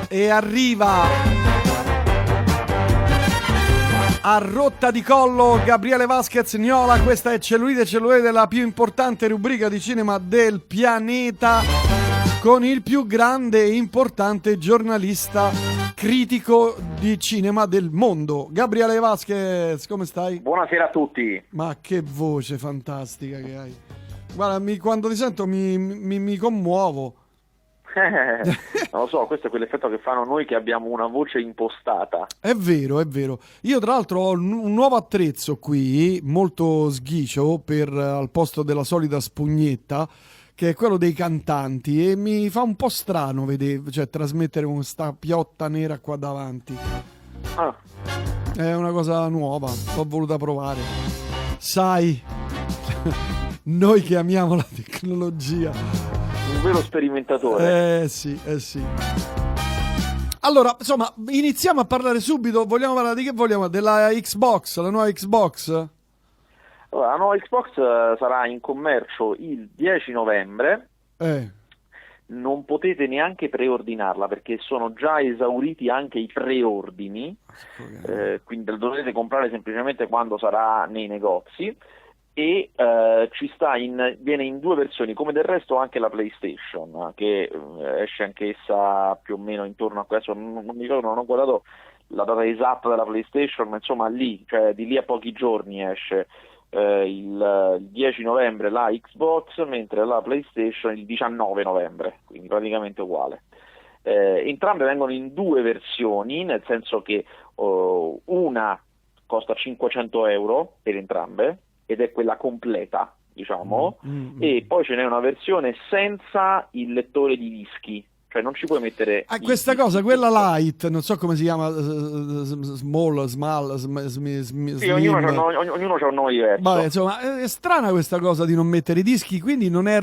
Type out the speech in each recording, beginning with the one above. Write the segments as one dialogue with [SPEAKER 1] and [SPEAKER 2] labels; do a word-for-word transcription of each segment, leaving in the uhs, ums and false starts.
[SPEAKER 1] E arriva a rotta di collo Gabriele Vasquez Niola. Questa è Cellulite Cellulite, la più importante rubrica di cinema del pianeta, con il più grande e importante giornalista critico di cinema del mondo. Gabriele Vasquez, come stai?
[SPEAKER 2] Buonasera a tutti.
[SPEAKER 1] Ma che voce fantastica che hai. Guarda, mi, quando ti sento mi, mi, mi commuovo.
[SPEAKER 2] Eh, non lo so, questo è quell'effetto che fanno noi che abbiamo una voce impostata.
[SPEAKER 1] È vero, è vero. Io tra l'altro ho un nuovo attrezzo qui, molto sghicio, per al posto della solita spugnetta, che è quello dei cantanti, e mi fa un po' strano vedere, cioè trasmettere con sta piotta nera qua davanti.
[SPEAKER 2] Ah.
[SPEAKER 1] È una cosa nuova, l'ho voluta provare. Sai, noi che amiamo la tecnologia.
[SPEAKER 2] Un vero sperimentatore.
[SPEAKER 1] Eh sì, eh sì. Allora, insomma, iniziamo a parlare subito. Vogliamo parlare di che vogliamo? Della Xbox, la nuova Xbox?
[SPEAKER 2] Allora, la nuova Xbox uh, sarà in commercio il dieci novembre.
[SPEAKER 1] Eh.
[SPEAKER 2] Non potete neanche preordinarla perché sono già esauriti anche i preordini. Eh, quindi la dovete comprare semplicemente quando sarà nei negozi. E uh, ci sta in, viene in due versioni, come del resto anche la PlayStation, che uh, esce anch'essa più o meno intorno a questo, non, non mi ricordo, non ho guardato la data esatta della PlayStation, ma insomma lì, cioè di lì a pochi giorni esce uh, il, il dieci novembre la Xbox, mentre la PlayStation il diciannove novembre, quindi praticamente uguale. Eh, entrambe vengono in due versioni, nel senso che uh, una costa cinquecento euro per entrambe, ed è quella completa, diciamo, mm, mm, e poi ce n'è una versione senza il lettore di dischi, cioè non ci puoi mettere...
[SPEAKER 1] Ah, questa cosa, dischi, quella light, non so come si chiama, small, small, sm, sm, sm,
[SPEAKER 2] sì, ognuno c'ha, ognuno c'ha un nome diverso.
[SPEAKER 1] Vabbè, insomma, è strana questa cosa di non mettere i dischi, quindi non è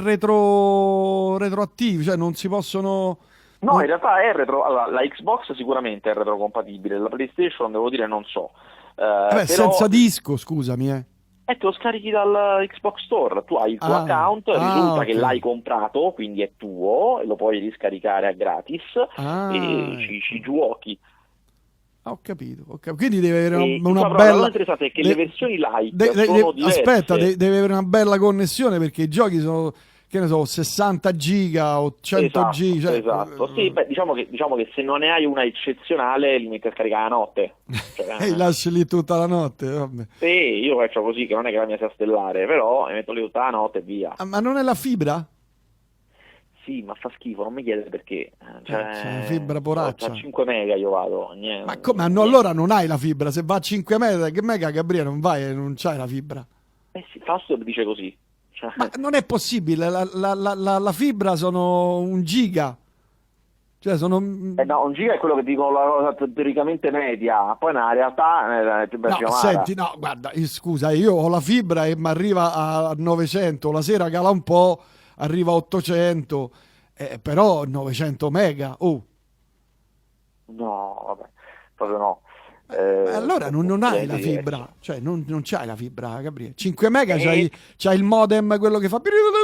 [SPEAKER 1] retro retroattivo, cioè non si possono...
[SPEAKER 2] No,
[SPEAKER 1] non...
[SPEAKER 2] in realtà è retro, allora, la Xbox sicuramente è retrocompatibile, la PlayStation devo dire non so. Uh,
[SPEAKER 1] Vabbè,
[SPEAKER 2] però...
[SPEAKER 1] senza disco, scusami, eh.
[SPEAKER 2] E te lo scarichi dal Xbox Store, tu hai il tuo
[SPEAKER 1] ah,
[SPEAKER 2] account,
[SPEAKER 1] ah,
[SPEAKER 2] risulta
[SPEAKER 1] okay.
[SPEAKER 2] che l'hai comprato, quindi è tuo, e lo puoi riscaricare a gratis,
[SPEAKER 1] ah,
[SPEAKER 2] e ci, ci giochi.
[SPEAKER 1] Ho capito, ho capito. Quindi deve avere
[SPEAKER 2] e
[SPEAKER 1] una, una
[SPEAKER 2] però,
[SPEAKER 1] bella...
[SPEAKER 2] La interessante è che
[SPEAKER 1] de...
[SPEAKER 2] le versioni light
[SPEAKER 1] de... de...
[SPEAKER 2] sono
[SPEAKER 1] de...
[SPEAKER 2] diverse.
[SPEAKER 1] Aspetta, de... deve avere una bella connessione, perché i giochi sono... che ne so, sessanta giga o cento
[SPEAKER 2] esatto,
[SPEAKER 1] giga, cioè...
[SPEAKER 2] esatto. Sì, beh, diciamo che, diciamo che se non ne hai una eccezionale li metti a scaricare la notte, cioè,
[SPEAKER 1] e li lasci lì tutta la notte, vabbè.
[SPEAKER 2] Sì, io faccio così, che non è che la mia sia stellare, però mi metto lì tutta la notte e via.
[SPEAKER 1] Ah, ma non è la fibra?
[SPEAKER 2] Sì, ma fa schifo, non mi chiedere perché, cioè,
[SPEAKER 1] eh, c'è la fibra poraccia,
[SPEAKER 2] a cinque mega io vado, niente.
[SPEAKER 1] Ma come? Ah, no, allora non hai la fibra, se va a cinque mega, che mega, Gabriele, non vai e non c'hai la fibra?
[SPEAKER 2] Eh sì, Fastweb dice così.
[SPEAKER 1] Ma non è possibile, la, la, la, la, la fibra sono un giga, cioè sono...
[SPEAKER 2] Eh no, un giga è quello che dicono la cosa teoricamente media, poi nella realtà è più
[SPEAKER 1] no, senti, no, guarda, scusa, io ho la fibra e mi arriva a novecento, la sera cala un po', arriva a ottocento, eh, però novecento mega, oh.
[SPEAKER 2] No, vabbè, proprio no.
[SPEAKER 1] Eh, allora non, non hai la fibra, diverso. Cioè non, non c'hai la fibra, Gabriele. cinque mega e... c'hai, c'hai il modem, quello che fa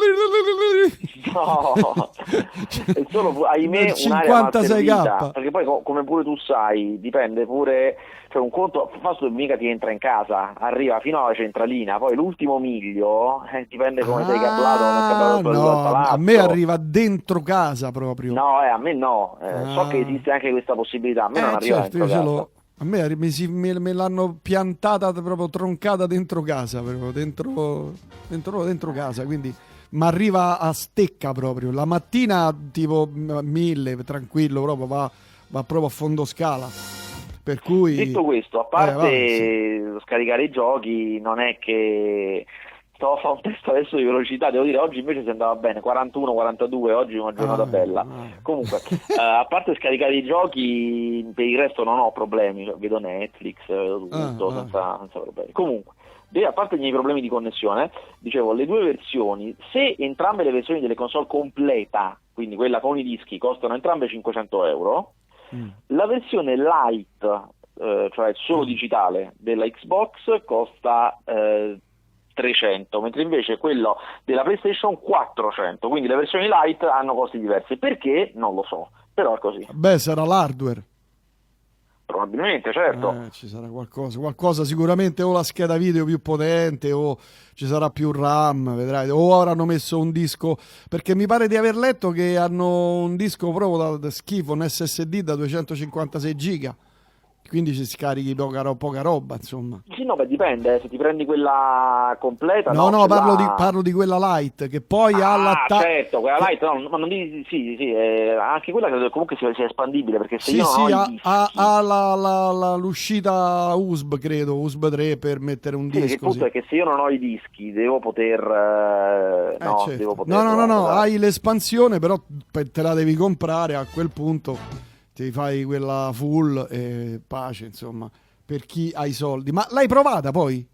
[SPEAKER 2] no, è solo ahimè
[SPEAKER 1] cinquantasei K,
[SPEAKER 2] perché poi come pure tu sai dipende pure, cioè un conto Fastweb mica ti entra in casa, arriva fino alla centralina, poi l'ultimo miglio eh, dipende come ah, sei cablato, non cablato
[SPEAKER 1] no,
[SPEAKER 2] dal palazzo.
[SPEAKER 1] A me arriva dentro casa proprio.
[SPEAKER 2] No, eh, a me no, eh,
[SPEAKER 1] ah.
[SPEAKER 2] so che esiste anche questa possibilità, a me
[SPEAKER 1] eh,
[SPEAKER 2] non arriva
[SPEAKER 1] certo,
[SPEAKER 2] dentro casa.
[SPEAKER 1] Lo... A me mi si, me, me l'hanno piantata proprio troncata dentro casa, proprio dentro, dentro, dentro casa, quindi mi arriva a stecca proprio. La mattina tipo mille, tranquillo, proprio va, va proprio a fondo scala. Per cui...
[SPEAKER 2] Detto questo, a parte
[SPEAKER 1] eh, va, sì.
[SPEAKER 2] scaricare i giochi, non è che... Stavo a fare un test adesso di velocità, devo dire oggi invece si andava bene, quarantuno quarantadue, oggi è una giornata ah, bella. Ah. Comunque, uh, a parte scaricare i giochi, per il resto non ho problemi, vedo Netflix, vedo tutto, ah, senza, ah. senza problemi. Comunque, a parte i miei problemi di connessione, dicevo, le due versioni, se entrambe le versioni delle console completa, quindi quella con i dischi, costano entrambe cinquecento euro, mm. la versione light, eh, cioè solo digitale, della Xbox costa... Eh, trecento, mentre invece quello della PlayStation quattrocento, quindi le versioni light hanno costi diversi. Perché? Non lo so, però è così.
[SPEAKER 1] Beh, sarà l'hardware.
[SPEAKER 2] Probabilmente, certo.
[SPEAKER 1] Eh, ci sarà qualcosa, qualcosa sicuramente, o la scheda video più potente, o ci sarà più RAM, vedrai, o avranno messo un disco, perché mi pare di aver letto che hanno un disco proprio da, da schifo, un S S D da duecentocinquantasei giga, quindi ci scarichi poca, poca roba, insomma.
[SPEAKER 2] Sì, no, beh, dipende, se ti prendi quella completa...
[SPEAKER 1] No, no,
[SPEAKER 2] no
[SPEAKER 1] parlo,
[SPEAKER 2] la...
[SPEAKER 1] di, parlo di quella light, che poi
[SPEAKER 2] ah,
[SPEAKER 1] ha la...
[SPEAKER 2] Ah, certo, quella light, no, ma non dici, sì, sì, eh, anche quella credo che comunque sia, sia espandibile, perché se
[SPEAKER 1] Sì,
[SPEAKER 2] io non
[SPEAKER 1] sì,
[SPEAKER 2] ho
[SPEAKER 1] ha,
[SPEAKER 2] i dischi...
[SPEAKER 1] ha, ha la, la, la, l'uscita U S B, credo, U S B tre per mettere un
[SPEAKER 2] sì,
[SPEAKER 1] disco.
[SPEAKER 2] Il punto
[SPEAKER 1] sì.
[SPEAKER 2] è che se io non ho i dischi devo poter... Eh,
[SPEAKER 1] Eh,
[SPEAKER 2] no,
[SPEAKER 1] certo.
[SPEAKER 2] devo poter...
[SPEAKER 1] no, no, no, no,
[SPEAKER 2] guardare.
[SPEAKER 1] hai l'espansione, però te la devi comprare a quel punto, ti fai quella full e pace, insomma, per chi ha i soldi. Ma l'hai provata poi?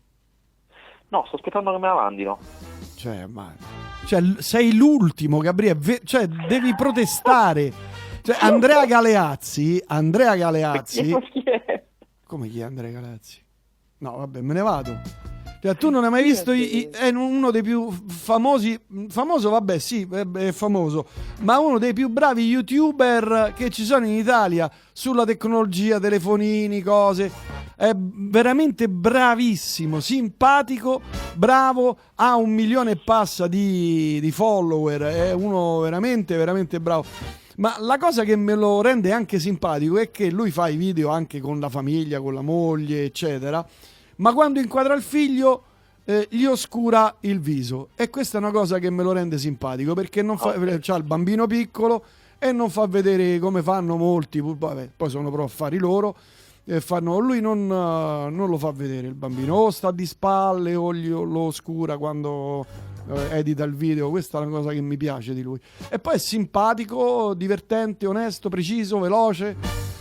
[SPEAKER 2] No, sto aspettando che me la mandino.
[SPEAKER 1] Cioè, ma... cioè, sei l'ultimo, Gabriele, cioè, devi protestare. Cioè, Andrea Galeazzi, Andrea Galeazzi...
[SPEAKER 2] Chi è?
[SPEAKER 1] Come chi è Andrea Galeazzi? No, vabbè, me ne vado. Cioè, tu non hai mai visto i, i, è uno dei più famosi, famoso vabbè sì, è, è famoso, ma uno dei più bravi youtuber che ci sono in Italia sulla tecnologia, telefonini, cose. È veramente bravissimo, simpatico, bravo, ha un milione e passa di, di follower, è uno veramente, veramente bravo. Ma la cosa che me lo rende anche simpatico è che lui fa i video anche con la famiglia, con la moglie, eccetera, ma quando inquadra il figlio eh, gli oscura il viso, e questa è una cosa che me lo rende simpatico, perché non fa,
[SPEAKER 2] Okay.
[SPEAKER 1] c'ha il bambino piccolo e non fa vedere come fanno molti, vabbè, poi sono però affari loro, e fanno, lui non, uh, non lo fa vedere il bambino, o sta di spalle o gli, lo oscura quando uh, edita il video. Questa è una cosa che mi piace di lui, e poi è simpatico, divertente, onesto, preciso, veloce,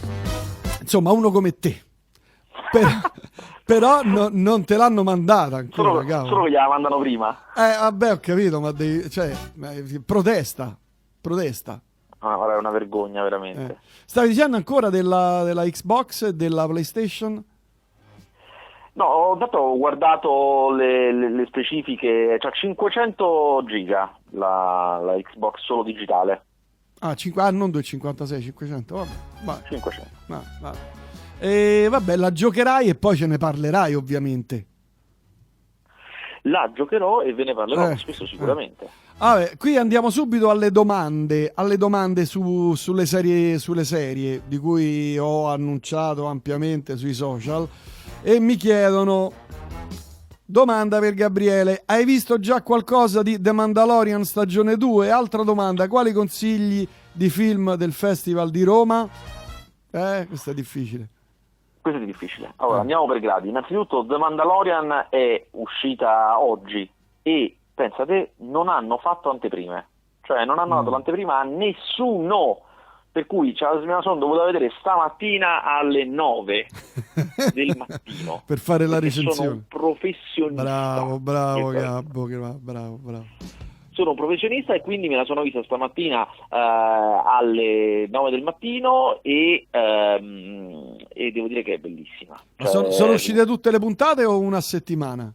[SPEAKER 1] insomma uno come te. Per, però no, non te l'hanno mandata ancora,
[SPEAKER 2] Solo, solo che gliela mandano prima.
[SPEAKER 1] Eh vabbè, ho capito, ma devi, cioè, eh, protesta, protesta.
[SPEAKER 2] Ah, guarda, è una vergogna veramente.
[SPEAKER 1] Eh. Stavi dicendo ancora della, della Xbox e della PlayStation?
[SPEAKER 2] No, ho, dato, ho guardato le, le, le specifiche, c'ha cinquecento giga la, la Xbox solo digitale.
[SPEAKER 1] Ah, cinque, ah non duecentocinquantasei, cinquecento, vabbè, vai.
[SPEAKER 2] cinquecento.
[SPEAKER 1] Vai, vai. E vabbè, la giocherai e poi ce ne parlerai, ovviamente.
[SPEAKER 2] La giocherò e ve ne parlerò,
[SPEAKER 1] Eh,
[SPEAKER 2] questo sicuramente.
[SPEAKER 1] eh. Vabbè, qui andiamo subito alle domande, alle domande su, sulle serie, sulle serie di cui ho annunciato ampiamente sui social, e mi chiedono: domanda per Gabriele, hai visto già qualcosa di The Mandalorian stagione due? Altra domanda, quali consigli di film del Festival di Roma? Eh, questo è difficile.
[SPEAKER 2] Questo è difficile. Allora, andiamo per gradi. Innanzitutto, The Mandalorian è uscita oggi e, pensate, non hanno fatto anteprime. Cioè, non hanno dato
[SPEAKER 1] Mm.
[SPEAKER 2] l'anteprima a nessuno. Per cui ce la- me la sono dovuta vedere stamattina alle nove del mattino.
[SPEAKER 1] Per fare la
[SPEAKER 2] perché sono
[SPEAKER 1] recensione.
[SPEAKER 2] un professionista.
[SPEAKER 1] Bravo, bravo,
[SPEAKER 2] Che-
[SPEAKER 1] Gabbo, che va- bravo, bravo.
[SPEAKER 2] Sono un professionista e quindi me la sono vista stamattina eh, alle nove del mattino e, ehm, e devo dire che è bellissima.
[SPEAKER 1] Ma
[SPEAKER 2] Cioè,
[SPEAKER 1] sono, sono uscite tutte le puntate o una settimana?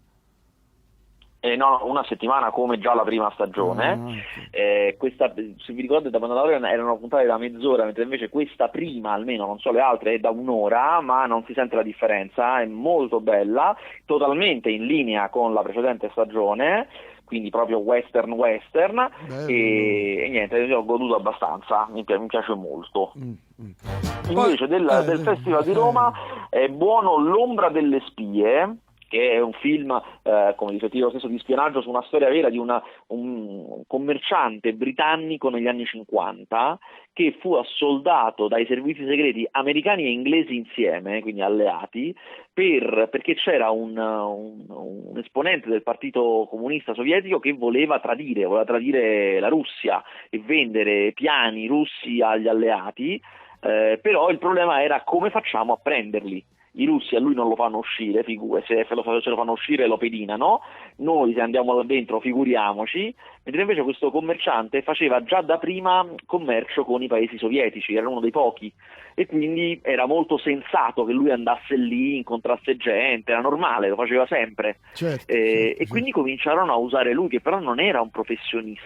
[SPEAKER 2] eh, no, una settimana come già la prima stagione.
[SPEAKER 1] Ah, ok.
[SPEAKER 2] Eh, questa, se vi ricordate, da Mandalorian erano puntate da mezz'ora, mentre invece questa prima, almeno non so le altre, è da un'ora, ma non si sente la differenza, è molto bella, totalmente in linea con la precedente stagione, quindi proprio western western,
[SPEAKER 1] Bello.
[SPEAKER 2] e, e niente, io ho goduto abbastanza, mi, pi- mi piace molto.
[SPEAKER 1] Mm, mm.
[SPEAKER 2] Invece del,
[SPEAKER 1] Eh,
[SPEAKER 2] del
[SPEAKER 1] eh,
[SPEAKER 2] Festival di
[SPEAKER 1] eh.
[SPEAKER 2] Roma è buono L'ombra delle spie, che è un film, eh, come dice il titolo stesso, di spionaggio su una storia vera di una, un commerciante britannico negli anni cinquanta che fu assoldato dai servizi segreti americani e inglesi insieme, quindi alleati, per, perché c'era un, un, un esponente del partito comunista sovietico che voleva tradire, voleva tradire la Russia e vendere piani russi agli alleati, eh, però il problema era come facciamo a prenderli. I russi a lui non lo fanno uscire, figu- se lo, se lo fanno uscire lo pedinano, noi se andiamo là dentro figuriamoci, mentre invece questo commerciante faceva già da prima commercio con i paesi sovietici, era uno dei pochi, e quindi era molto sensato che lui andasse lì, incontrasse gente, era normale, lo faceva sempre.
[SPEAKER 1] Certo,
[SPEAKER 2] Eh,
[SPEAKER 1] certo,
[SPEAKER 2] e
[SPEAKER 1] certo.
[SPEAKER 2] quindi cominciarono a usare lui, che però non era un professionista,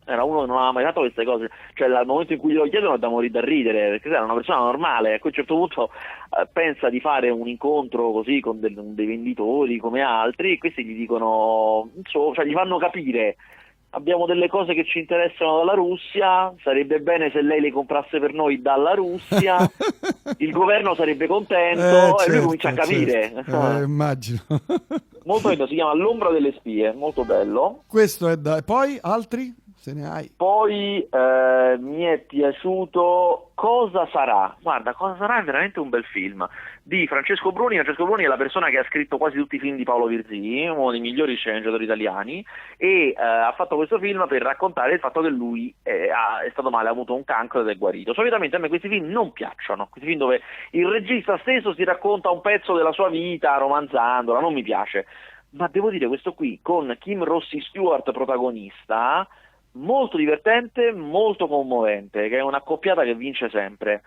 [SPEAKER 2] era uno che non aveva mai fatto queste cose, cioè dal momento in cui glielo chiedono è da morire da ridere, perché era una persona normale, a un certo punto eh, pensa di fare un incontro così con, del, con dei venditori come altri, e questi gli dicono, insomma, cioè gli fanno capire: abbiamo delle cose che ci interessano dalla Russia, sarebbe bene se lei le comprasse per noi dalla Russia, il governo sarebbe contento,
[SPEAKER 1] eh,
[SPEAKER 2] e
[SPEAKER 1] certo,
[SPEAKER 2] lui comincia a capire.
[SPEAKER 1] Certo. Eh, immagino. Molto
[SPEAKER 2] bello, si chiama L'ombra delle spie, molto bello.
[SPEAKER 1] Questo è da... Poi altri? Se ne hai?
[SPEAKER 2] Poi eh, mi è piaciuto Cosa sarà? Guarda, Cosa sarà è veramente un bel film di Francesco Bruni. Francesco Bruni è la persona che ha scritto quasi tutti i film di Paolo Virzì, uno dei migliori sceneggiatori italiani, e eh, ha fatto questo film per raccontare il fatto che lui è, ha, è stato male, ha avuto un cancro ed è guarito. Solitamente a me questi film non piacciono, questi film dove il regista stesso si racconta un pezzo della sua vita romanzandola, non mi piace. Ma devo dire, questo qui con Kim Rossi Stewart protagonista, molto divertente, molto commovente, che è un'accoppiata che vince sempre.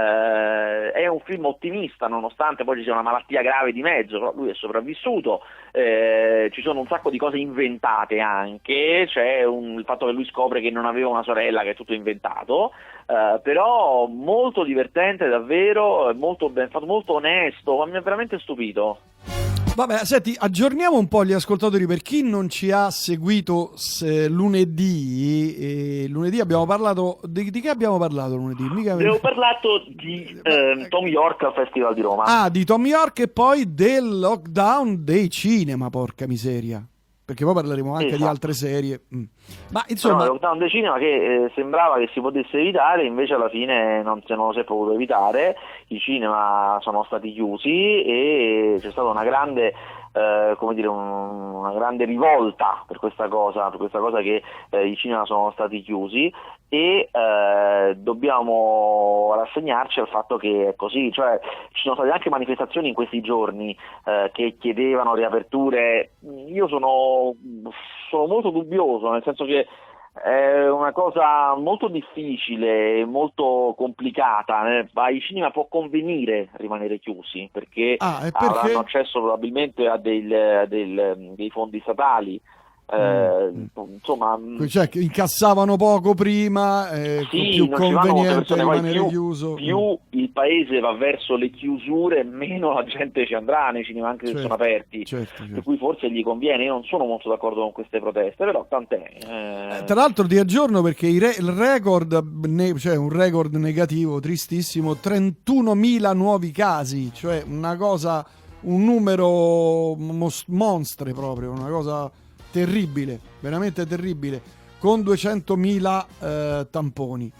[SPEAKER 2] Eh, è un film ottimista, nonostante poi ci sia una malattia grave di mezzo, però lui è sopravvissuto. Eh, ci sono un sacco di cose inventate anche, c'è un, il fatto che lui scopre che non aveva una sorella, che è tutto inventato, eh, però molto divertente davvero, molto ben fatto, molto onesto, mi ha veramente stupito.
[SPEAKER 1] Vabbè, senti, aggiorniamo un po' gli ascoltatori per chi non ci ha seguito se, lunedì. E lunedì abbiamo parlato di, di che abbiamo parlato lunedì? Mica...
[SPEAKER 2] Abbiamo parlato di eh, Tom York al Festival di Roma.
[SPEAKER 1] Ah, di Tom York e poi del lockdown dei cinema, porca miseria. Perché poi parleremo anche esatto. di altre serie. Mm. Ma insomma,
[SPEAKER 2] no, il lockdown dei cinema che eh, sembrava che si potesse evitare, invece alla fine non, se non lo si è potuto evitare. I cinema sono stati chiusi e c'è stata una grande eh, come dire un, una grande rivolta per questa cosa, per questa cosa che eh, i cinema sono stati chiusi, e eh, dobbiamo rassegnarci al fatto che è così, cioè ci sono state anche manifestazioni in questi giorni eh, che chiedevano riaperture. Io sono, sono molto dubbioso, nel senso che è una cosa molto difficile, molto complicata. Ai cinema può convenire rimanere chiusi perché,
[SPEAKER 1] ah, perché?
[SPEAKER 2] avranno accesso probabilmente a, del, a del, dei fondi statali. Eh,
[SPEAKER 1] mm.
[SPEAKER 2] insomma,
[SPEAKER 1] cioè che incassavano poco prima, eh,
[SPEAKER 2] sì,
[SPEAKER 1] più
[SPEAKER 2] non conveniente
[SPEAKER 1] persone, rimanere
[SPEAKER 2] più,
[SPEAKER 1] chiuso.
[SPEAKER 2] Più il paese va verso le chiusure, meno la gente ci andrà nei cinema, anche se
[SPEAKER 1] certo,
[SPEAKER 2] sono aperti,
[SPEAKER 1] certo, certo.
[SPEAKER 2] per cui forse gli conviene. Io non sono molto d'accordo con queste proteste, però tant'è. Eh...
[SPEAKER 1] Eh, tra l'altro ti aggiorno perché i re- il record, ne- cioè un record negativo, tristissimo, trentunomila nuovi casi, cioè una cosa, un numero mos- monstre proprio, una cosa terribile, veramente terribile, con duecentomila eh, tamponi.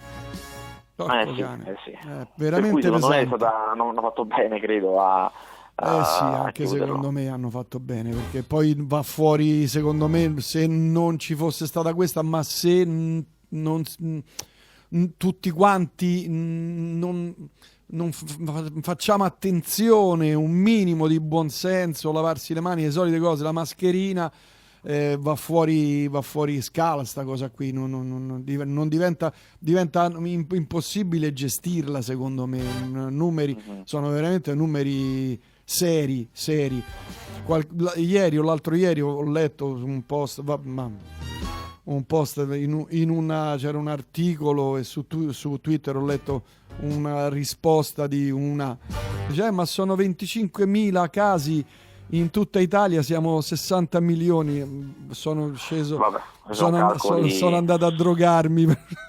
[SPEAKER 2] Eh sì, eh sì.
[SPEAKER 1] Eh, veramente
[SPEAKER 2] per cui non è
[SPEAKER 1] pesante.
[SPEAKER 2] stata, non hanno fatto bene, credo, a, a
[SPEAKER 1] eh sì, anche secondo me hanno fatto bene, perché poi va fuori, secondo me, se non ci fosse stata questa, ma se n- non n- tutti quanti n- non non f- facciamo attenzione, un minimo di buonsenso, lavarsi le mani, le solite cose, la mascherina, eh, va fuori va fuori scala sta cosa qui, non, non, non, non diventa diventa impossibile gestirla, secondo me. Numeri uh-huh. sono veramente numeri seri seri. Qual- ieri o l'altro ieri ho letto un post, va, ma, un post in, in una c'era un articolo, e su, su Twitter ho letto una risposta di una, dice, eh, ma sono venticinquemila casi in tutta Italia, siamo sessanta milioni. Sono sceso,
[SPEAKER 2] vabbè,
[SPEAKER 1] sono, and- sono, sono andato a drogarmi.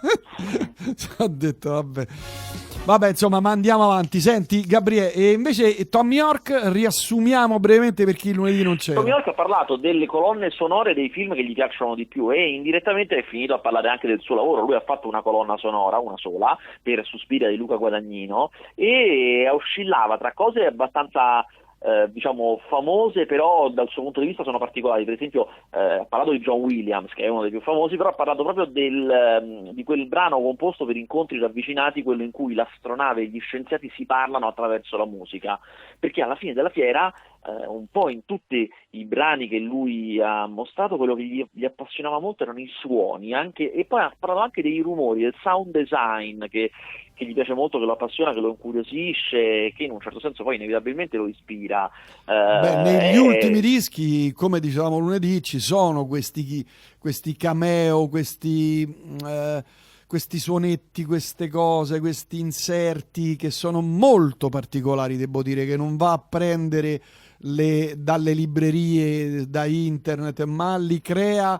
[SPEAKER 1] Ho detto vabbè vabbè insomma, ma andiamo avanti. Senti Gabriele, e invece Tom York, riassumiamo brevemente per chi lunedì non c'era.
[SPEAKER 2] Tom York ha parlato delle colonne sonore dei film che gli piacciono di più, e indirettamente è finito a parlare anche del suo lavoro. Lui ha fatto una colonna sonora, una sola, per Suspiria di Luca Guadagnino, e oscillava tra cose abbastanza Eh, diciamo famose, però dal suo punto di vista sono particolari. Per esempio eh, ha parlato di John Williams, che è uno dei più famosi, però ha parlato proprio del, di quel brano composto per incontri ravvicinati, quello in cui l'astronave e gli scienziati si parlano attraverso la musica, perché alla fine della fiera eh, un po' in tutti i brani che lui ha mostrato, quello che gli, gli appassionava molto erano i suoni, anche, e poi ha parlato anche dei rumori, del sound design, che, che gli piace molto, che lo appassiona, che lo incuriosisce, che in un certo senso poi inevitabilmente lo ispira. Eh,
[SPEAKER 1] Beh, negli
[SPEAKER 2] e...
[SPEAKER 1] ultimi dischi, come dicevamo lunedì, ci sono questi, questi cameo, questi, eh, questi suonetti, queste cose, questi inserti che sono molto particolari, devo dire, che non va a prendere le, dalle librerie, da internet, ma li crea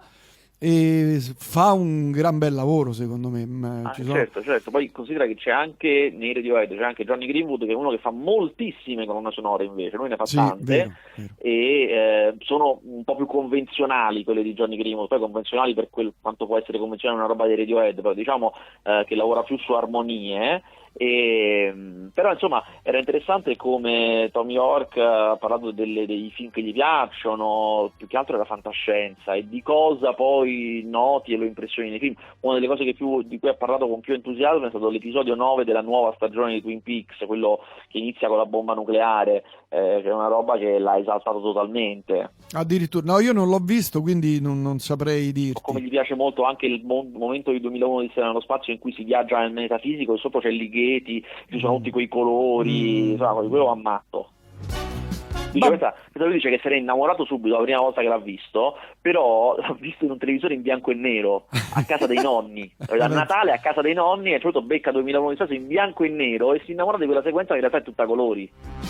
[SPEAKER 1] e fa un gran bel lavoro, secondo me.
[SPEAKER 2] Ah,
[SPEAKER 1] Ci sono...
[SPEAKER 2] certo, certo, poi considera che c'è anche nei Radiohead, c'è anche Johnny Greenwood, che è uno che fa moltissime colonne sonore, invece lui ne fa
[SPEAKER 1] Sì,
[SPEAKER 2] tante,
[SPEAKER 1] vero, vero.
[SPEAKER 2] e eh, sono un po' più convenzionali quelle di Johnny Greenwood, poi convenzionali per quel quanto può essere convenzionale una roba dei Radiohead, però diciamo eh, che lavora più su armonie. E, però insomma era interessante come Tom York ha parlato delle, dei film che gli piacciono, più che altro della fantascienza, e di cosa poi noti e lo impressioni nei film. Una delle cose che più, di cui ha parlato con più entusiasmo è stato l'episodio nove della nuova stagione di Twin Peaks, quello che inizia con la bomba nucleare, eh, che è una roba che l'ha esaltato totalmente.
[SPEAKER 1] Addirittura, no, io non l'ho visto, quindi non, non saprei dirti.
[SPEAKER 2] Come gli piace molto anche il mo- momento di duemilauno di Stella nello spazio, in cui si viaggia nel metafisico e sopra c'è Ligeti, ci sono tutti quei colori,
[SPEAKER 1] Mm.
[SPEAKER 2] insomma, quello va matto. Dice, questa, questa lui dice che se ne è innamorato subito la prima volta che l'ha visto, però l'ha visto in un televisore in bianco e nero a casa dei nonni, a Natale a casa dei nonni, e soprattutto becca duemilauno di spazio in bianco e nero e si innamora di quella sequenza che in realtà è tutta a colori.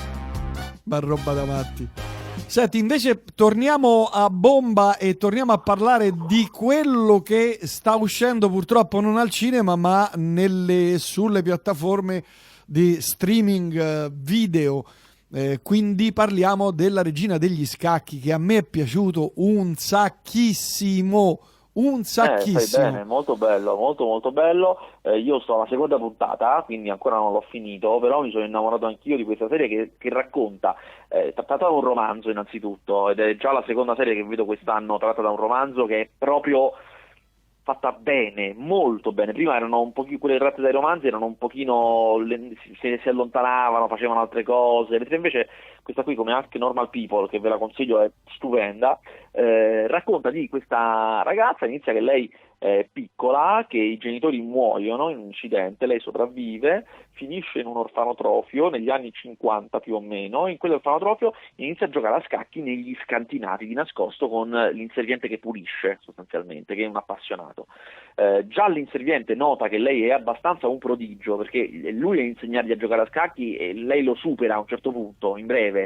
[SPEAKER 1] Ma roba da matti. Senti, invece torniamo a bomba e torniamo a parlare di quello che sta uscendo purtroppo non al cinema, ma nelle, sulle piattaforme di streaming eh, video. Eh, quindi parliamo della Regina degli Scacchi, che a me è piaciuto un sacchissimo. Un sacchissimo.
[SPEAKER 2] Eh, fai bene, molto bello, molto molto bello. Eh, io sto alla seconda puntata, quindi ancora non l'ho finito, però mi sono innamorato anch'io di questa serie che, che racconta, eh, tratta da un romanzo innanzitutto, ed è già la seconda serie che vedo quest'anno tratta da un romanzo che è proprio fatta bene, molto bene. Prima erano un pochino, quelle tratte dai romanzi erano un pochino, se si allontanavano, facevano altre cose, mentre invece questa qui, come anche Normal People, che ve la consiglio, è stupenda, eh, racconta di questa ragazza, inizia che lei è piccola, che i genitori muoiono in un incidente, lei sopravvive, finisce in un orfanotrofio negli anni cinquanta più o meno, in quell'orfanotrofio inizia a giocare a scacchi negli scantinati di nascosto con l'inserviente che pulisce, sostanzialmente, che è un appassionato. Eh, già l'inserviente nota che lei è abbastanza un prodigio, perché lui è insegnargli a giocare a scacchi e lei lo supera a un certo punto, in breve.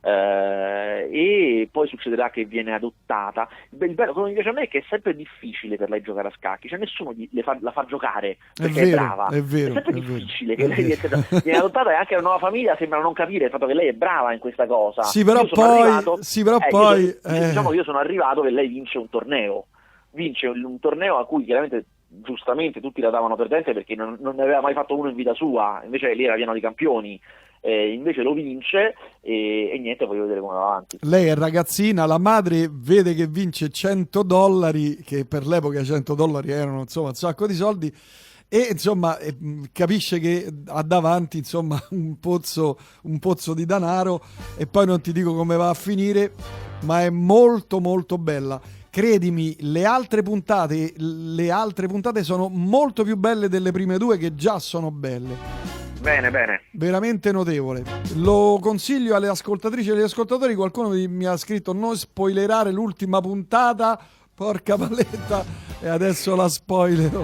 [SPEAKER 2] Uh, e poi succederà che viene adottata. Il bello, quello che mi piace a me è che è sempre difficile per lei giocare a scacchi, cioè nessuno gli, le fa, la fa giocare perché è, vero, è brava,
[SPEAKER 1] è, vero,
[SPEAKER 2] è sempre
[SPEAKER 1] è
[SPEAKER 2] difficile
[SPEAKER 1] vero,
[SPEAKER 2] che lei viene, viene adottata, e anche la nuova famiglia sembra non capire il fatto che lei è brava in questa cosa.
[SPEAKER 1] Sì, però
[SPEAKER 2] io sono
[SPEAKER 1] poi,
[SPEAKER 2] arrivato,
[SPEAKER 1] sì, però
[SPEAKER 2] eh,
[SPEAKER 1] poi
[SPEAKER 2] io sono,
[SPEAKER 1] eh...
[SPEAKER 2] diciamo che io sono arrivato che lei vince un torneo, vince un, un torneo a cui chiaramente giustamente tutti la davano perdente perché non, non ne aveva mai fatto uno in vita sua, invece lì era pieno di campioni. Eh, invece lo vince e, e niente, voglio vedere come va avanti.
[SPEAKER 1] Lei è ragazzina, la madre vede che vince cento dollari, che per l'epoca cento dollari erano insomma un sacco di soldi, e insomma eh, capisce che ha davanti insomma un pozzo, un pozzo di denaro, e poi non ti dico come va a finire, ma è molto molto bella. Credimi, le altre puntate, le altre puntate sono molto più belle delle prime due, che già sono belle.
[SPEAKER 2] Bene, bene.
[SPEAKER 1] Veramente notevole. Lo consiglio alle ascoltatrici e agli ascoltatori. Qualcuno mi ha scritto non spoilerare l'ultima puntata. Porca paletta. E adesso la spoilerò.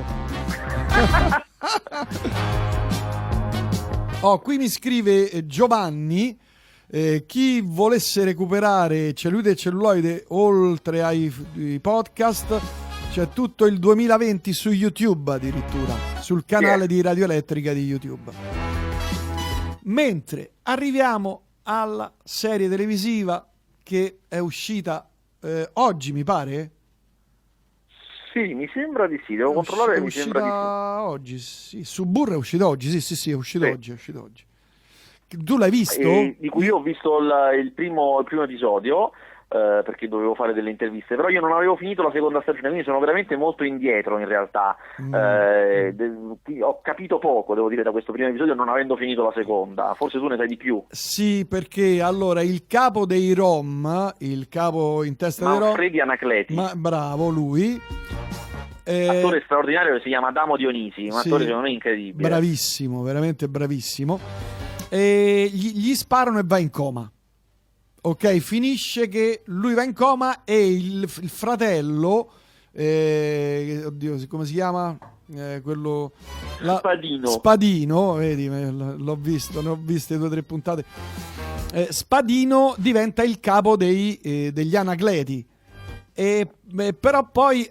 [SPEAKER 1] Oh, qui mi scrive Giovanni. Eh, chi volesse recuperare Cellulite e Celluloide oltre ai, ai podcast, c'è tutto il duemilaventi su YouTube, addirittura sul canale yeah. di Radio Elettrica di YouTube. Mentre arriviamo alla serie televisiva che è uscita eh, oggi, mi pare?
[SPEAKER 2] Sì, mi sembra di sì, devo è controllare, mi sembra di sì.
[SPEAKER 1] Oggi, sì, su Burro è uscito oggi, sì, sì, sì, è uscito sì. oggi, è uscito oggi. Tu l'hai visto?
[SPEAKER 2] E, di cui io ho visto il, il, primo, il primo episodio, eh, perché dovevo fare delle interviste, però io non avevo finito la seconda stagione, quindi sono veramente molto indietro in realtà.
[SPEAKER 1] Mm.
[SPEAKER 2] Eh, de- ho capito poco, devo dire, da questo primo episodio, non avendo finito la seconda. Forse tu ne sai di più.
[SPEAKER 1] Sì, perché allora il capo dei Rom, il capo in testa dei Rom,
[SPEAKER 2] Manfredi Anacleti,
[SPEAKER 1] ma bravo lui. Eh,
[SPEAKER 2] attore straordinario, che si chiama Adamo Dionisi, un
[SPEAKER 1] sì,
[SPEAKER 2] attore secondo me incredibile.
[SPEAKER 1] Bravissimo, veramente bravissimo. E gli, gli sparano e va in coma. Ok, finisce che lui va in coma e il, il fratello, eh, oddio, come si chiama? Eh, quello la,
[SPEAKER 2] Spadino.
[SPEAKER 1] Spadino, vedi, l'ho visto, ne ho viste due o tre puntate. Eh, Spadino diventa il capo dei, eh, degli Anacleti. E, eh, però poi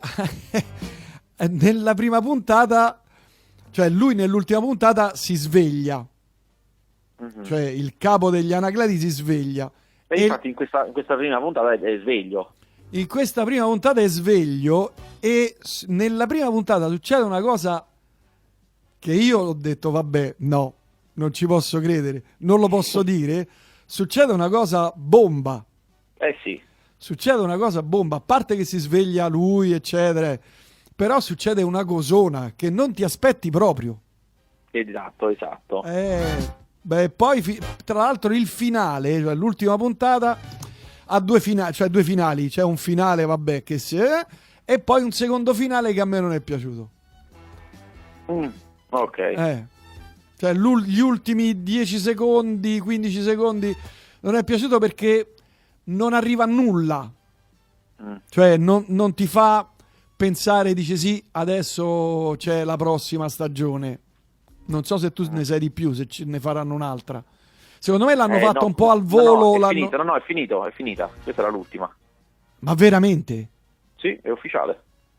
[SPEAKER 1] nella prima puntata, cioè lui nell'ultima puntata si sveglia, mm-hmm. cioè il capo degli Anacleti si sveglia.
[SPEAKER 2] E infatti in questa, in questa prima puntata è, è sveglio.
[SPEAKER 1] In questa prima puntata è sveglio e nella prima puntata succede una cosa che io ho detto vabbè, no, non ci posso credere, non lo posso dire. Succede una cosa bomba.
[SPEAKER 2] Eh sì.
[SPEAKER 1] Succede una cosa bomba, a parte che si sveglia lui, eccetera, però succede una cosona che non ti aspetti proprio.
[SPEAKER 2] Esatto, esatto.
[SPEAKER 1] Eh... Beh, poi fi- tra l'altro il finale, cioè l'ultima puntata ha due finali, cioè due finali, c'è un finale vabbè che si è, e poi un secondo finale che a me non è piaciuto.
[SPEAKER 2] Mm, ok.
[SPEAKER 1] Eh. Cioè gli ultimi dieci secondi, quindici secondi non è piaciuto perché non arriva a nulla. Mm. Cioè non, non ti fa pensare, dice sì, adesso c'è la prossima stagione. Non so se tu ne sai di più, se ce ne faranno un'altra. Secondo me l'hanno
[SPEAKER 2] eh,
[SPEAKER 1] fatto
[SPEAKER 2] no,
[SPEAKER 1] un po' al volo.
[SPEAKER 2] No, no, è
[SPEAKER 1] l'hanno...
[SPEAKER 2] finito, no, no, è finito, è finita. Questa era l'ultima.
[SPEAKER 1] Ma veramente?
[SPEAKER 2] Sì, è ufficiale.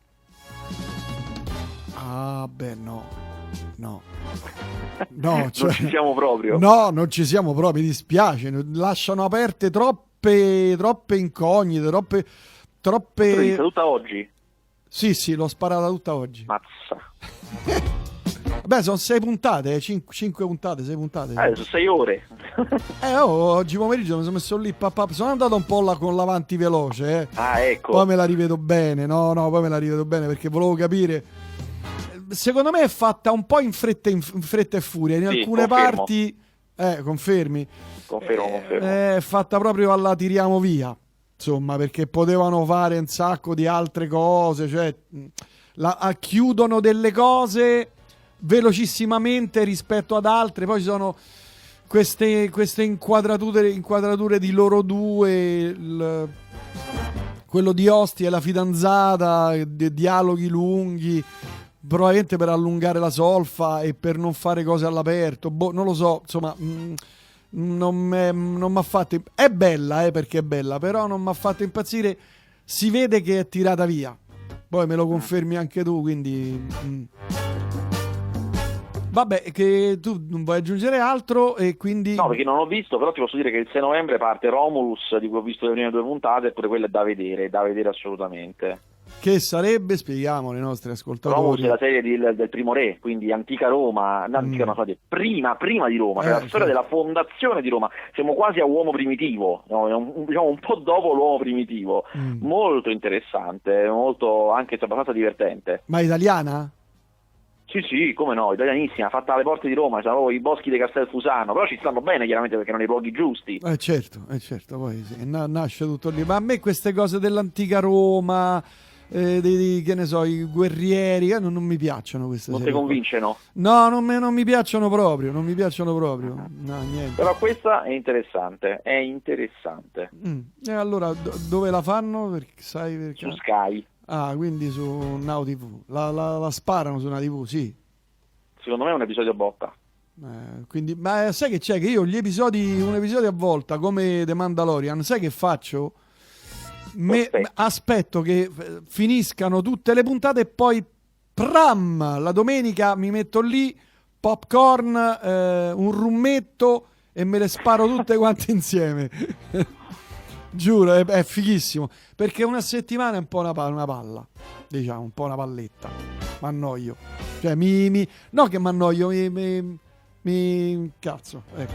[SPEAKER 1] Ah, beh, no. No. No, cioè...
[SPEAKER 2] non ci siamo proprio.
[SPEAKER 1] No, non ci siamo proprio, mi dispiace. Lasciano aperte troppe, troppe incognite, troppe... troppe...
[SPEAKER 2] L'ho vista tutta oggi?
[SPEAKER 1] Sì, sì, l'ho sparata tutta oggi.
[SPEAKER 2] Mazza.
[SPEAKER 1] Beh, sono sei puntate, cinque, cinque puntate, sei puntate.
[SPEAKER 2] Eh, sono sei ore.
[SPEAKER 1] eh, oh, oggi pomeriggio mi sono messo lì, papà. Sono andato un po' là con l'avanti veloce, eh.
[SPEAKER 2] Ah, ecco.
[SPEAKER 1] Poi me la rivedo bene, no, no, poi me la rivedo bene perché volevo capire. Secondo me è fatta un po' in fretta, in fretta e furia. In
[SPEAKER 2] sì,
[SPEAKER 1] alcune
[SPEAKER 2] confermo.
[SPEAKER 1] parti, eh, confermi.
[SPEAKER 2] Confermo,
[SPEAKER 1] eh,
[SPEAKER 2] confermo.
[SPEAKER 1] È fatta proprio alla tiriamo via. Insomma, perché potevano fare un sacco di altre cose, cioè la, chiudono delle cose velocissimamente rispetto ad altre, poi ci sono queste, queste inquadrature, inquadrature di loro due, il, quello di Ostia e la fidanzata, di, dialoghi lunghi, probabilmente per allungare la solfa e per non fare cose all'aperto, boh, non lo so, insomma mh, non mi ha fatto, è bella eh, perché è bella, però non mi ha fatto impazzire, si vede che è tirata via, poi me lo confermi anche tu, quindi mh. Vabbè, che tu non vuoi aggiungere altro e quindi...
[SPEAKER 2] No, perché non ho visto, però ti posso dire che il sei novembre parte Romulus, di cui ho visto le prime due puntate, e pure quella è da vedere, da vedere assolutamente.
[SPEAKER 1] Che sarebbe, spieghiamo ai nostri ascoltatori.
[SPEAKER 2] Romulus è la serie di, del primo re, quindi antica Roma, no, antica, mm. no, scusate, prima, prima di Roma, cioè eh, la storia certo. della fondazione di Roma. Siamo quasi a uomo primitivo, no? un, diciamo un po' dopo l'uomo primitivo. Mm. Molto interessante, molto anche abbastanza divertente.
[SPEAKER 1] Ma italiana?
[SPEAKER 2] Sì, sì, come no, italianissima, fatta alle porte di Roma, c'erano i boschi di Castelfusano, però ci stanno bene chiaramente perché erano i luoghi giusti.
[SPEAKER 1] Eh certo, eh certo, poi sì, na- nasce tutto lì. Ma a me queste cose dell'antica Roma, eh, dei, dei, che ne so, i guerrieri, eh, non, non mi piacciono queste
[SPEAKER 2] Non
[SPEAKER 1] serie.
[SPEAKER 2] ti convincono?
[SPEAKER 1] No, non, me, non mi piacciono proprio, non mi piacciono proprio, no, niente.
[SPEAKER 2] Però questa è interessante, è interessante.
[SPEAKER 1] Mm. E allora do- dove la fanno? Perché, sai perché?
[SPEAKER 2] Su Sky.
[SPEAKER 1] Ah, quindi su Now tivù. La, la, la sparano su una tivù, sì.
[SPEAKER 2] Secondo me è un episodio a botta.
[SPEAKER 1] Eh, quindi, ma sai che c'è? Che io gli episodi, un episodio a volta, come The Mandalorian, sai che faccio? Me, aspetto che finiscano tutte le puntate e poi pram, la domenica mi metto lì, popcorn, eh, un rummetto e me le sparo tutte quante insieme. Giuro, è, è fighissimo, perché una settimana è un po' una, una palla, diciamo, un po' una palletta, m'annoio, cioè mi, mi no che m'annoio, mi, mi, mi cazzo, ecco.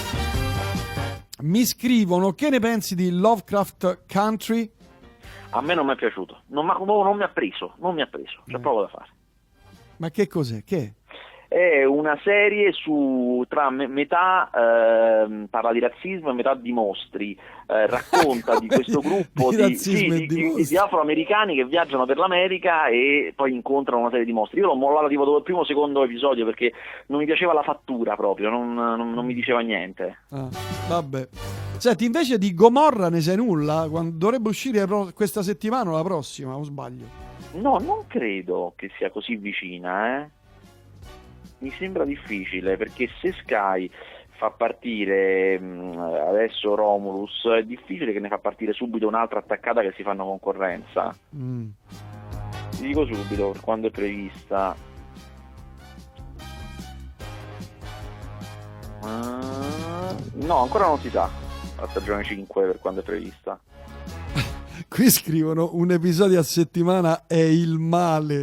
[SPEAKER 1] Mi scrivono, che ne pensi di Lovecraft Country?
[SPEAKER 2] A me non mi è piaciuto, non, non mi ha preso, non mi ha preso, c'è eh. poco da fare.
[SPEAKER 1] Ma che cos'è? Che
[SPEAKER 2] è? Una serie su tra me, metà eh, parla di razzismo e metà di mostri, eh, racconta di questo gruppo di, di, sì, di, di, di afroamericani che viaggiano per l'America e poi incontrano una serie di mostri. Io l'ho mollata tipo dopo il primo o secondo episodio perché non mi piaceva la fattura proprio, non, non, non mi diceva niente.
[SPEAKER 1] Ah, vabbè. Senti, invece di Gomorra ne sai nulla? Quando dovrebbe uscire questa settimana o la prossima, o sbaglio?
[SPEAKER 2] No, non credo che sia così vicina, eh. Mi sembra difficile, perché se Sky fa partire mh, adesso Romulus, è difficile che ne fa partire subito un'altra attaccata che si fanno concorrenza. Mm. Ti dico subito per quando è prevista. Uh, no, ancora non si sa la stagione cinque per quando è prevista.
[SPEAKER 1] Qui scrivono un episodio a settimana è il male.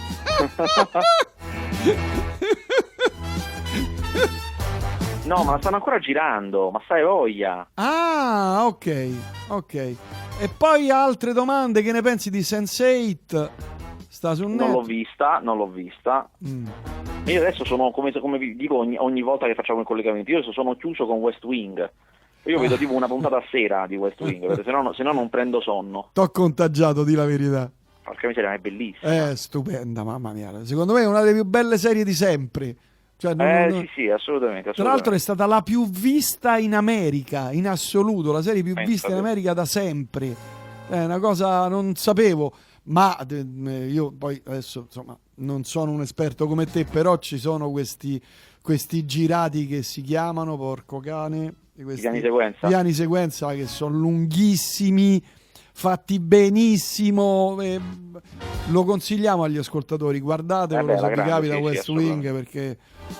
[SPEAKER 2] No, ma la stanno ancora girando, ma stai voglia.
[SPEAKER 1] Ah, ok, ok. E poi altre domande, che ne pensi di sense eight? Sta su
[SPEAKER 2] Non
[SPEAKER 1] net?
[SPEAKER 2] l'ho vista, non l'ho vista. Mm. Io adesso sono, come, come vi dico ogni, ogni volta che facciamo il collegamento, io sono chiuso con West Wing. Io vedo tipo una puntata a sera di West Wing, perché se no, se no non prendo sonno.
[SPEAKER 1] T'ho contagiato, di la verità.
[SPEAKER 2] Porca miseria, è bellissima.
[SPEAKER 1] È stupenda, mamma mia. Secondo me è una delle più belle serie di sempre. Cioè, non,
[SPEAKER 2] eh
[SPEAKER 1] non...
[SPEAKER 2] sì sì, assolutamente, assolutamente.
[SPEAKER 1] Tra l'altro è stata la più vista in America, in assoluto, la serie più
[SPEAKER 2] Pensa
[SPEAKER 1] vista in
[SPEAKER 2] te.
[SPEAKER 1] America da sempre. È una cosa non sapevo, ma eh, io poi adesso insomma non sono un esperto come te, però ci sono questi, questi girati che si chiamano, porco cane, questi
[SPEAKER 2] piani sequenza.
[SPEAKER 1] piani sequenza che sono lunghissimi, fatti benissimo, eh, lo consigliamo agli ascoltatori, guardatelo eh beh, se vi capita sì, West sì, Wing, perché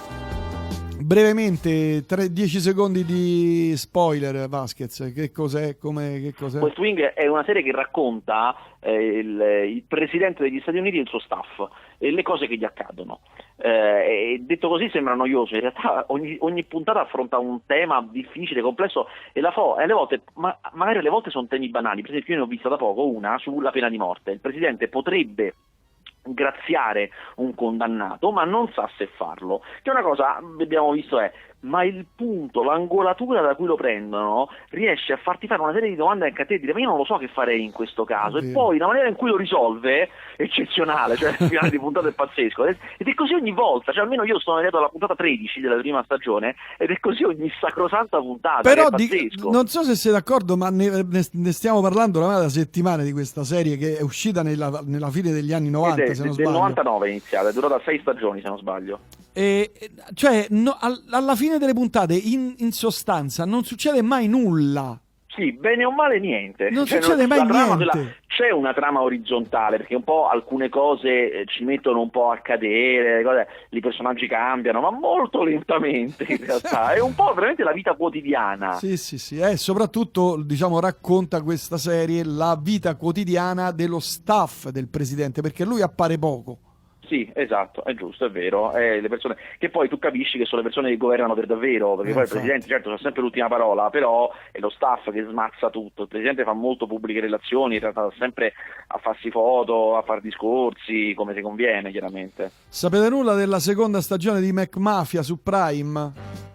[SPEAKER 1] brevemente dieci secondi di spoiler. Vasquez, che cos'è? Come, che cos'è?
[SPEAKER 2] West Wing è una serie che racconta eh, il, il presidente degli Stati Uniti e il suo staff e le cose che gli accadono. Eh, e detto così sembra noioso, in realtà ogni, ogni puntata affronta un tema difficile, complesso e, la fo- e alle volte, ma, magari alle volte sono temi banali. Per esempio io ne ho vista da poco una sulla pena di morte. Il presidente potrebbe graziare un condannato ma non sa se farlo, che è una cosa, abbiamo visto, è ma il punto, l'angolatura da cui lo prendono riesce a farti fare una serie di domande anche a te, dire ma io non lo so che farei in questo caso, e poi la maniera in cui lo risolve è eccezionale, cioè il finale di puntata è pazzesco ed è così ogni volta, cioè almeno io sono arrivato alla puntata tredici della prima stagione ed è così ogni sacrosanta puntata.
[SPEAKER 1] Però
[SPEAKER 2] è pazzesco.
[SPEAKER 1] Di, non so se sei d'accordo, ma ne, ne stiamo parlando oramai da settimane di questa serie che è uscita nella, nella fine degli anni novanta,
[SPEAKER 2] è,
[SPEAKER 1] se non
[SPEAKER 2] del
[SPEAKER 1] sbaglio.
[SPEAKER 2] novantanove è iniziata, è durata sei stagioni se non sbaglio.
[SPEAKER 1] E, cioè no, al, alla fine delle puntate in, in sostanza non succede mai nulla.
[SPEAKER 2] Sì, bene o male niente.
[SPEAKER 1] Non
[SPEAKER 2] cioè,
[SPEAKER 1] succede
[SPEAKER 2] non,
[SPEAKER 1] mai niente.
[SPEAKER 2] Della, c'è una trama orizzontale, perché un po' alcune cose eh, ci mettono un po' a cadere, cose, i personaggi cambiano, ma molto lentamente in realtà. È un po' veramente la vita quotidiana.
[SPEAKER 1] Sì, sì, sì. E soprattutto, diciamo, racconta questa serie la vita quotidiana dello staff del presidente, perché lui appare poco.
[SPEAKER 2] Sì, esatto, è giusto, è vero, è le persone che poi tu capisci che sono le persone che governano per davvero, perché eh, poi infatti. Il presidente certo ha sempre l'ultima parola, però è lo staff che smazza tutto. Il presidente fa molto pubbliche relazioni, tratta sempre a farsi foto, a far discorsi, come si conviene, chiaramente.
[SPEAKER 1] Sapete nulla della seconda stagione di McMafia su Prime?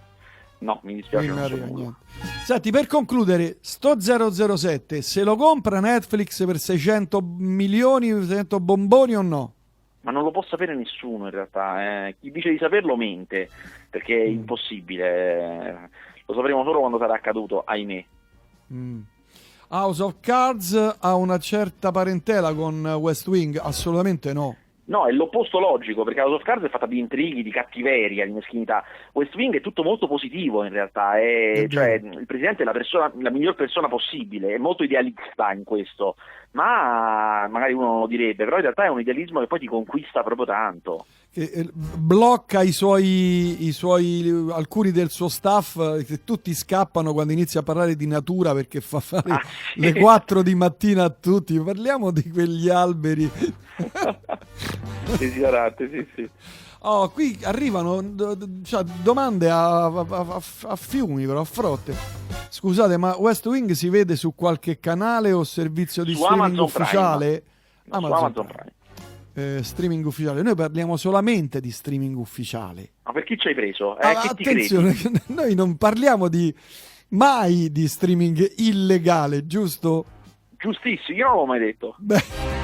[SPEAKER 2] No, mi dispiace, non so
[SPEAKER 1] niente. Senti, per concludere, sto zero zero sette se lo compra Netflix per seicento milioni, seicento bomboni o no?
[SPEAKER 2] Ma non lo può sapere nessuno in realtà, eh. Chi dice di saperlo mente, perché è impossibile, lo sapremo solo quando sarà accaduto, ahimè.
[SPEAKER 1] Mm. House of Cards ha una certa parentela con West Wing? Assolutamente no.
[SPEAKER 2] No, è l'opposto logico, perché House of Cards è fatta di intrighi, di cattiveria, di meschinità. West Wing è tutto molto positivo in realtà, è, cioè il presidente è la, persona, la miglior persona possibile, è molto idealista in questo, ma magari uno non lo direbbe, però in realtà è un idealismo che poi ti conquista proprio tanto.
[SPEAKER 1] che eh, blocca i suoi, i suoi alcuni del suo staff, eh, che tutti scappano quando inizia a parlare di natura perché fa fare
[SPEAKER 2] ah, sì.
[SPEAKER 1] le quattro di mattina a tutti. Parliamo di quegli alberi.
[SPEAKER 2] Esilarante, sì, sì.
[SPEAKER 1] Oh, qui arrivano d- d- cioè, domande a, a, a, a fiumi, però a frotte. Scusate, ma West Wing si vede su qualche canale o servizio di
[SPEAKER 2] su
[SPEAKER 1] streaming
[SPEAKER 2] Amazon
[SPEAKER 1] ufficiale?
[SPEAKER 2] Prime. No,
[SPEAKER 1] Amazon,
[SPEAKER 2] su Amazon Prime.
[SPEAKER 1] Eh, streaming ufficiale. Noi parliamo solamente di streaming ufficiale.
[SPEAKER 2] Ma per chi ci hai preso? Eh,
[SPEAKER 1] Ah,
[SPEAKER 2] che ti
[SPEAKER 1] attenzione,
[SPEAKER 2] credi?
[SPEAKER 1] noi non parliamo di mai di streaming illegale, giusto?
[SPEAKER 2] Giustissimo, io non l'ho mai detto.
[SPEAKER 1] Beh.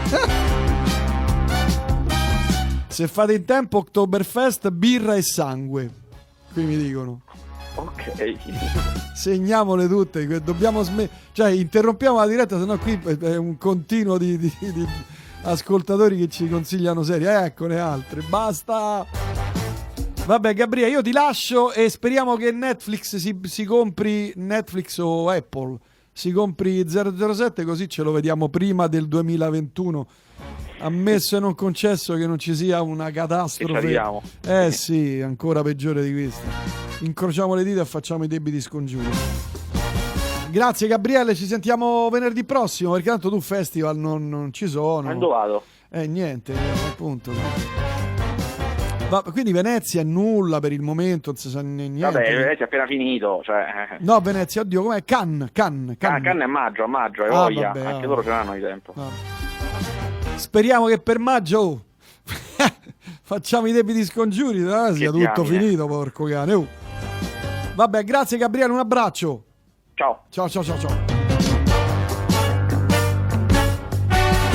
[SPEAKER 1] Se fate in tempo, Oktoberfest, birra e sangue. Qui mi dicono.
[SPEAKER 2] Ok.
[SPEAKER 1] Segniamole tutte, dobbiamo sm- cioè interrompiamo la diretta, sennò qui è un continuo di, di, di ascoltatori che ci consigliano serie. Eccone altre, basta. Vabbè Gabriele, io ti lascio e speriamo che Netflix si, si compri, Netflix o Apple si compri zero zero sette, così ce lo vediamo prima del duemilaventuno. Ammesso e non concesso che non ci sia una catastrofe. Eh sì, ancora peggiore di questa. Incrociamo le dita e facciamo i debiti scongiuri. Grazie Gabriele, ci sentiamo venerdì prossimo, perché tanto tu festival non, non ci sono.
[SPEAKER 2] Quando vado?
[SPEAKER 1] Eh niente, appunto. Va, quindi Venezia è nulla per il momento, non si sa niente.
[SPEAKER 2] Vabbè, Venezia è appena finito, cioè...
[SPEAKER 1] No, Venezia, oddio, com'è? Cannes, Cannes, Cannes.
[SPEAKER 2] Ah, Cannes è maggio, a maggio, hai
[SPEAKER 1] Ah,
[SPEAKER 2] voglia,
[SPEAKER 1] vabbè,
[SPEAKER 2] anche
[SPEAKER 1] ah.
[SPEAKER 2] loro ce l'hanno di tempo.
[SPEAKER 1] No. Speriamo che per maggio oh, facciamo i debiti scongiuri, no? Sia
[SPEAKER 2] Che
[SPEAKER 1] tutto
[SPEAKER 2] diamine.
[SPEAKER 1] finito, porco cane. Oh. Vabbè, grazie Gabriele, un abbraccio.
[SPEAKER 2] Ciao.
[SPEAKER 1] Ciao, ciao, ciao, ciao.